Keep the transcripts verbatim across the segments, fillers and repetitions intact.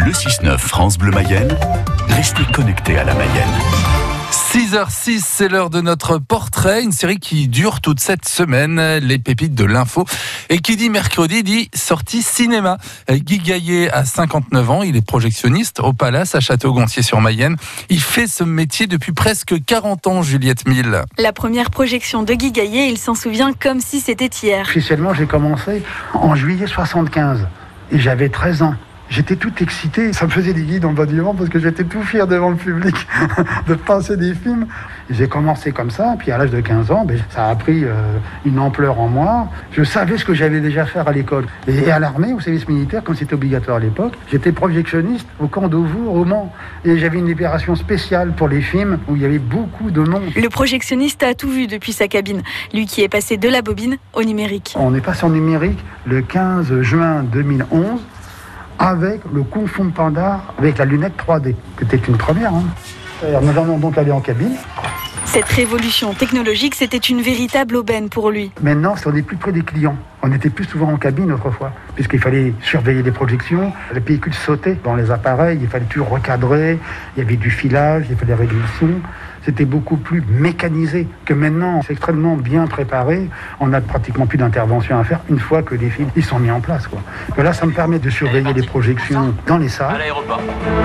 Le six neuf France Bleu Mayenne, restez connectés à la Mayenne. six heures six, c'est l'heure de notre portrait, une série qui dure toute cette semaine, les pépites de l'info. Et qui dit mercredi, dit sortie cinéma. Guy Gaillet a cinquante-neuf ans, il est projectionniste au Palace à Château-Gontier-sur-Mayenne. Il fait ce métier depuis presque quarante ans, Juliette Mille. La première projection de Guy Gaillet, il s'en souvient comme si c'était hier. Officiellement, j'ai commencé en juillet soixante-quinze et j'avais treize ans. J'étais tout excité, ça me faisait des guides dans le bâtiment parce que j'étais tout fier devant le public de passer des films. J'ai commencé comme ça, puis à l'âge de quinze ans, ben, ça a pris euh, une ampleur en moi. Je savais ce que j'allais déjà faire à l'école. Et à l'armée, au service militaire, comme c'était obligatoire à l'époque, j'étais projectionniste au camp d'Auvour, au Mans. Et j'avais une libération spéciale pour les films où il y avait beaucoup de monde. Le projectionniste a tout vu depuis sa cabine, lui qui est passé de la bobine au numérique. On est passé en numérique le quinze juin deux mille onze. Avec le Kung Fu Panda, avec la lunette trois D. C'était une première. Hein. Nous allons donc aller en cabine. Cette révolution technologique, c'était une véritable aubaine pour lui. Maintenant, on est plus près des clients. On était plus souvent en cabine autrefois, puisqu'il fallait surveiller les projections. Les pellicules sautaient dans les appareils, il fallait tout recadrer, il y avait du filage, il fallait régler le son. C'était beaucoup plus mécanisé que maintenant. C'est extrêmement bien préparé. On n'a pratiquement plus d'intervention à faire une fois que les films ils sont mis en place. Quoi. Que là, ça me permet de surveiller les projections dans les salles. À l'aéroport.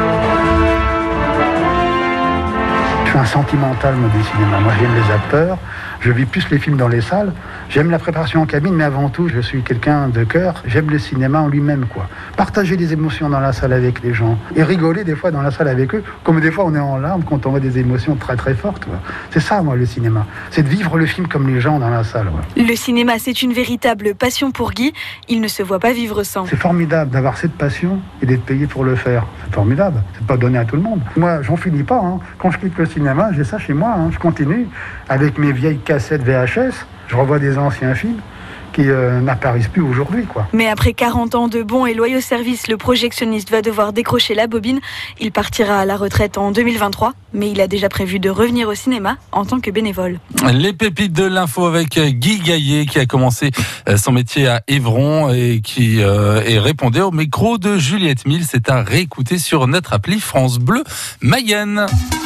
Je suis un sentimental moi, du cinéma. Moi, j'aime les acteurs. Je vis plus les films dans les salles. J'aime la préparation en cabine, mais avant tout, je suis quelqu'un de cœur. J'aime le cinéma en lui-même, quoi. Partager des émotions dans la salle avec les gens et rigoler des fois dans la salle avec eux, comme des fois on est en larmes quand on voit des émotions très très fortes. Quoi. C'est ça, moi, le cinéma. C'est de vivre le film comme les gens dans la salle. Ouais. Le cinéma, c'est une véritable passion pour Guy. Il ne se voit pas vivre sans. C'est formidable d'avoir cette passion et d'être payé pour le faire. C'est formidable. C'est pas donné à tout le monde. Moi, j'en finis pas. Hein. Quand je quitte le cinéma, j'ai ça chez moi. Hein. Je continue avec mes vieilles cassettes V H S. Je revois des anciens films qui euh, n'apparaissent plus aujourd'hui, quoi. Mais après quarante ans de bons et loyaux services, le projectionniste va devoir décrocher la bobine. Il partira à la retraite en deux mille vingt-trois, mais il a déjà prévu de revenir au cinéma en tant que bénévole. Les pépites de l'info avec Guy Gaillet qui a commencé son métier à Évron et qui euh, est répondait au micro de Juliette Mille. C'est à réécouter sur notre appli France Bleu Mayenne.